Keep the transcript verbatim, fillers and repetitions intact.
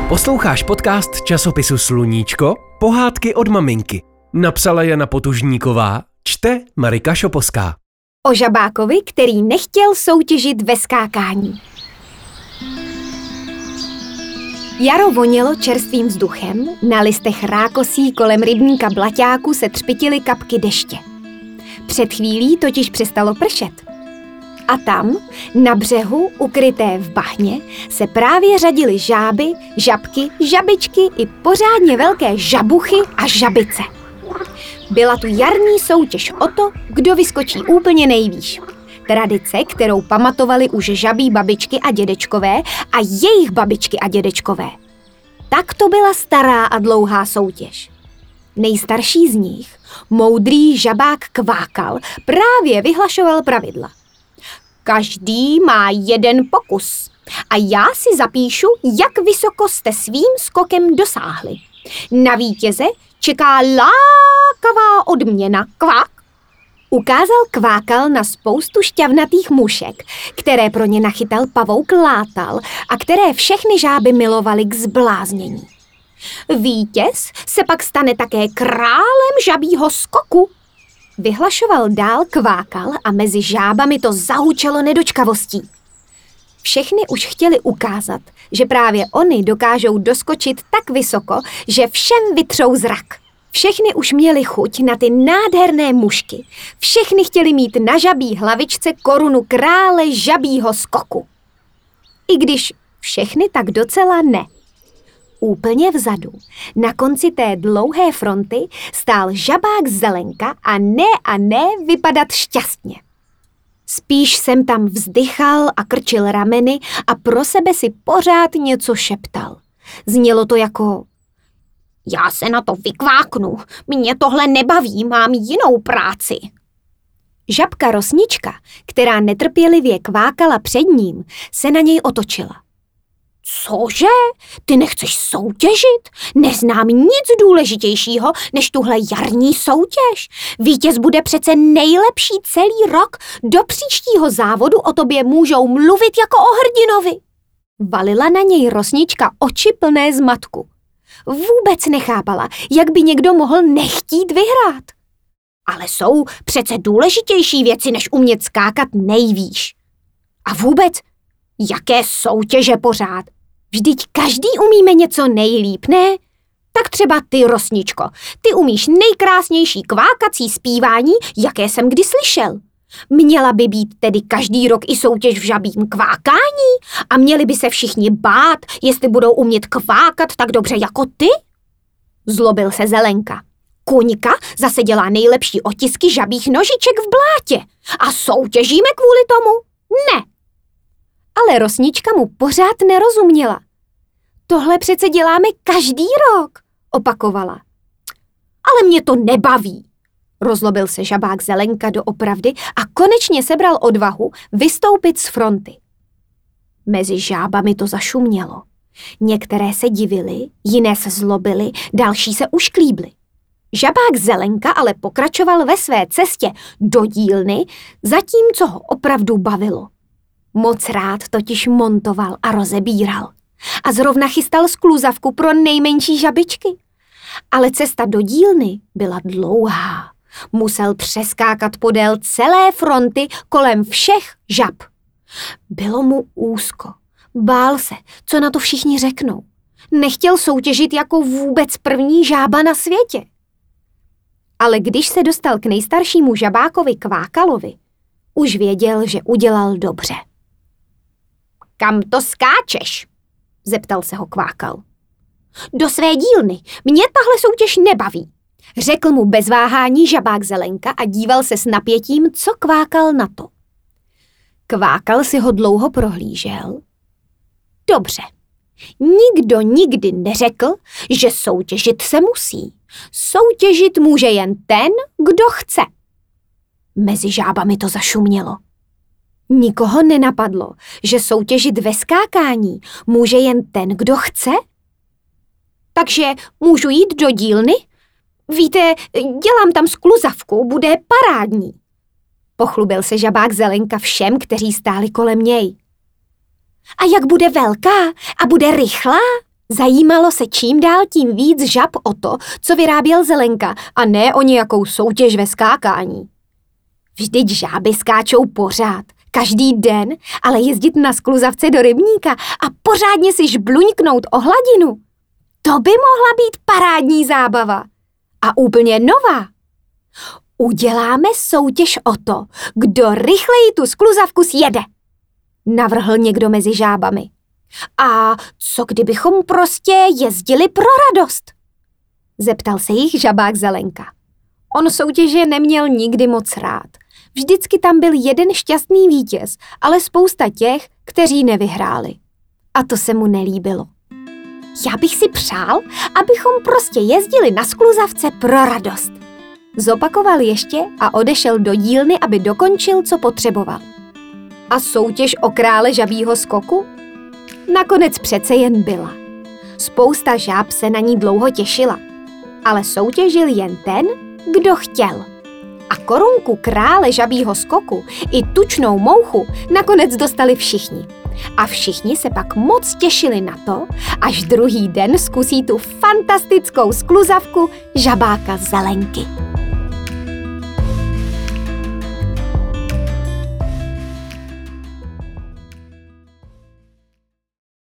Posloucháš podcast časopisu Sluníčko? Pohádky od maminky. Napsala Jana Potužníková, čte Marika Šoposká. O žabákovi, který nechtěl soutěžit ve skákání. Jaro vonělo čerstvým vzduchem, na listech rákosí kolem rybníka Blaťáku se třpytily kapky deště. Před chvílí totiž přestalo pršet. A tam, na břehu, ukryté v bahně, se právě řadily žáby, žabky, žabičky i pořádně velké žabuchy a žabice. Byla tu jarní soutěž o to, kdo vyskočí úplně nejvýš. Tradice, kterou pamatovali už žabí babičky a dědečkové a jejich babičky a dědečkové. Tak to byla stará a dlouhá soutěž. Nejstarší z nich, moudrý žabák Kvákal, právě vyhlašoval pravidla. Každý má jeden pokus a já si zapíšu, jak vysoko jste svým skokem dosáhli. Na vítěze čeká lákavá odměna. Kvák. Ukázal Kvákal na spoustu šťavnatých mušek, které pro ně nachytal pavouk Látal a které všechny žáby milovaly k zbláznění. Vítěz se pak stane také králem žabího skoku. Vyhlašoval dál Kvákal a mezi žábami to zahučelo nedočkavostí. Všechny už chtěli ukázat, že právě oni dokážou doskočit tak vysoko, že všem vytřou zrak. Všechny už měli chuť na ty nádherné mušky. Všechny chtěli mít na žabí hlavičce korunu krále žabího skoku. I když všechny tak docela ne. Úplně vzadu, na konci té dlouhé fronty, stál žabák Zelenka a ne a ne vypadat šťastně. Spíš jsem tam vzdychal a krčil rameny a pro sebe si pořád něco šeptal. Znělo to jako: já se na to vykváknu, mě tohle nebaví, mám jinou práci. Žabka Rosnička, která netrpělivě kvákala před ním, se na něj otočila. Cože? Ty nechceš soutěžit? Neznám nic důležitějšího než tuhle jarní soutěž. Vítěz bude přece nejlepší celý rok. Do příštího závodu o tobě můžou mluvit jako o hrdinovi. Valila na něj Rosnička oči plné zmatku. Vůbec nechápala, jak by někdo mohl nechtít vyhrát. Ale jsou přece důležitější věci, než umět skákat nejvýš. A vůbec, jaké soutěže pořád? Vždyť každý umíme něco nejlíp, ne? Tak třeba ty, Rosničko, ty umíš nejkrásnější kvákací zpívání, jaké jsem kdy slyšel. Měla by být tedy každý rok i soutěž v žabím kvákání a měli by se všichni bát, jestli budou umět kvákat tak dobře jako ty? Zlobil se Zelenka. Kuňka zase dělá nejlepší otisky žabích nožiček v blátě a soutěžíme kvůli tomu? Ne. Ale Rosnička mu pořád nerozuměla. Tohle přece děláme každý rok, opakovala. Ale mě to nebaví. Rozlobil se žabák Zelenka doopravdy a konečně sebral odvahu vystoupit z fronty. Mezi žábami to zašumělo. Některé se divily, jiné se zlobily, další se ušklíbly. Žabák Zelenka ale pokračoval ve své cestě do dílny, zatímco ho opravdu bavilo. Moc rád totiž montoval a rozebíral. A zrovna chystal skluzavku pro nejmenší žabičky. Ale cesta do dílny byla dlouhá. Musel přeskákat podél celé fronty kolem všech žab. Bylo mu úzko. Bál se, co na to všichni řeknou. Nechtěl soutěžit jako vůbec první žába na světě. Ale když se dostal k nejstaršímu žabákovi Kvákalovi, už věděl, že udělal dobře. Kam to skáčeš? Zeptal se ho Kvákal. Do své dílny, mě tahle soutěž nebaví, řekl mu bez váhání žabák Zelenka a díval se s napětím, co Kvákal na to. Kvákal si ho dlouho prohlížel. Dobře, nikdo nikdy neřekl, že soutěžit se musí. Soutěžit může jen ten, kdo chce. Mezi žábami to zašumělo. Nikoho nenapadlo, že soutěžit ve skákání může jen ten, kdo chce? Takže můžu jít do dílny? Víte, dělám tam skluzavku, bude parádní. Pochlubil se žabák Zelenka všem, kteří stáli kolem něj. A jak bude velká a bude rychlá? Zajímalo se čím dál tím víc žab o to, co vyráběl Zelenka, a ne o nějakou soutěž ve skákání. Vždyť žáby skáčou pořád, každý den, ale jezdit na skluzavce do rybníka a pořádně si žbluňknout o hladinu, to by mohla být parádní zábava. A úplně nová. Uděláme soutěž o to, kdo rychleji tu skluzavku sjede, navrhl někdo mezi žábami. A co kdybychom prostě jezdili pro radost? Zeptal se jich žabák Zelenka. On soutěže neměl nikdy moc rád. Vždycky tam byl jeden šťastný vítěz, ale spousta těch, kteří nevyhráli. A to se mu nelíbilo. Já bych si přál, abychom prostě jezdili na skluzavce pro radost. Zopakoval ještě a odešel do dílny, aby dokončil, co potřeboval. A soutěž o krále žabího skoku? Nakonec přece jen byla. Spousta žáb se na ní dlouho těšila, ale soutěžil jen ten, kdo chtěl. A korunku krále žabího skoku i tučnou mouchu nakonec dostali všichni. A všichni se pak moc těšili na to, až druhý den zkusí tu fantastickou skluzavku žabáka Zelenky.